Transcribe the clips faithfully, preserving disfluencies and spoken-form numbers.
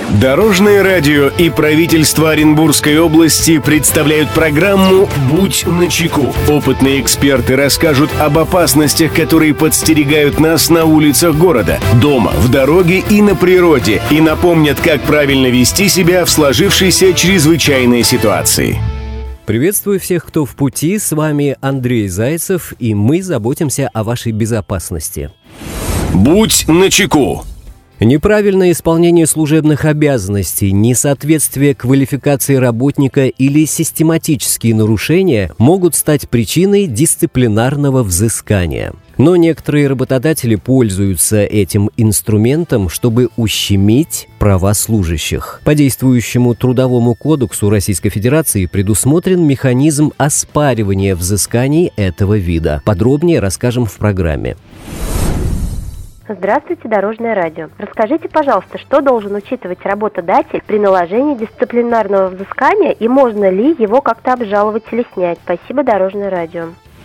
Дорожное радио и правительство Оренбургской области представляют программу «Будь начеку». Опытные эксперты расскажут об опасностях, которые подстерегают нас на улицах города, дома, в дороге и на природе, и напомнят, как правильно вести себя в сложившейся чрезвычайной ситуации. Приветствую всех, кто в пути. С вами Андрей Зайцев, и мы заботимся о вашей безопасности. «Будь начеку». Неправильное исполнение служебных обязанностей, несоответствие квалификации работника или систематические нарушения могут стать причиной дисциплинарного взыскания. Но некоторые работодатели пользуются этим инструментом, чтобы ущемить права служащих. По действующему Трудовому кодексу Российской Федерации предусмотрен механизм оспаривания взысканий этого вида. Подробнее расскажем в программе. Здравствуйте, Дорожное радио. Расскажите, пожалуйста, что должен учитывать работодатель при наложении дисциплинарного взыскания и можно ли его как-то обжаловать или снять? Спасибо, Дорожное радио.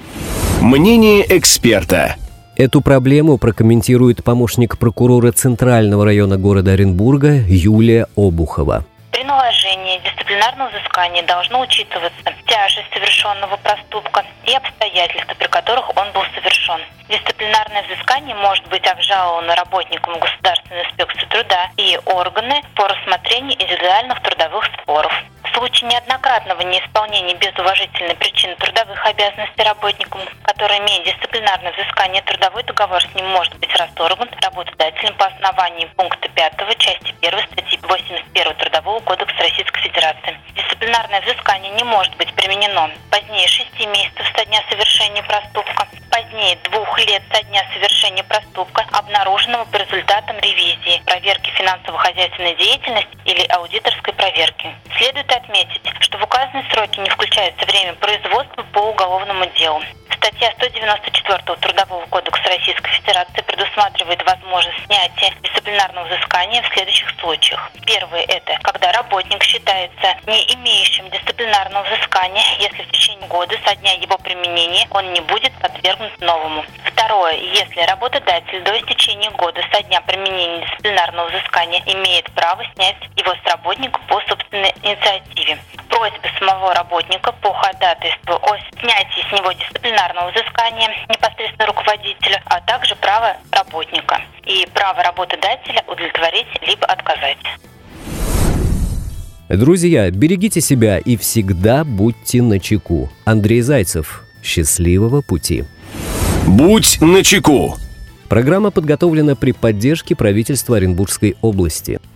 Мнение эксперта. Эту проблему прокомментирует помощник прокурора Центрального района города Оренбурга Юлия Обухова. При наложении дисциплинарного взыскания должно учитываться тяжесть совершенного проступка и обстоятельства, при которых он был совершен. Дисциплинарное взыскание может быть обжаловано работникам Государственной инспекции труда и органы по рассмотрению индивидуальных трудовых споров. В случае неоднократного неисполнения без уважительной причины трудовых обязанностей работникам, который имеет дисциплинарное взыскание, трудовой договор с ним может быть расторгнут работодателем по основанию пункта пятого части первой статьи восемьдесят первой Трудового кодекса Российской Федерации. Дисциплинарное взыскание не может быть применено позднее шести месяцев со дня совершения проступка, позднее двух лет со дня совершения проступка, обнаруженного по результатам ревизии, проверки финансово-хозяйственной деятельности или аудиторской проверки. Следует отметить, что в указанные сроки не включается время производства по уголовному делу. Статья сто девяносто четыре Трудового кодекса Российской Федерации предусматривает возможность снятия дисциплинарного взыскания в следующих случаях. Первое – это когда работник считается не имеющим дисциплинарного взыскания, если в течение года со дня его применения он не будет подвергнут новому. Второе – если работодатель до истечения года со дня применения дисциплинарного взыскания имеет право снять его с работника по собственной инициативе. Просьба самого работника по ходатайству о снятии с него дисциплинарного взыскания непосредственно руководителю, а также право работника и право работодателя удовлетворить либо отказать. Друзья, берегите себя и всегда будьте начеку. Андрей Зайцев. Счастливого пути. «Будь начеку». Программа подготовлена при поддержке правительства Оренбургской области.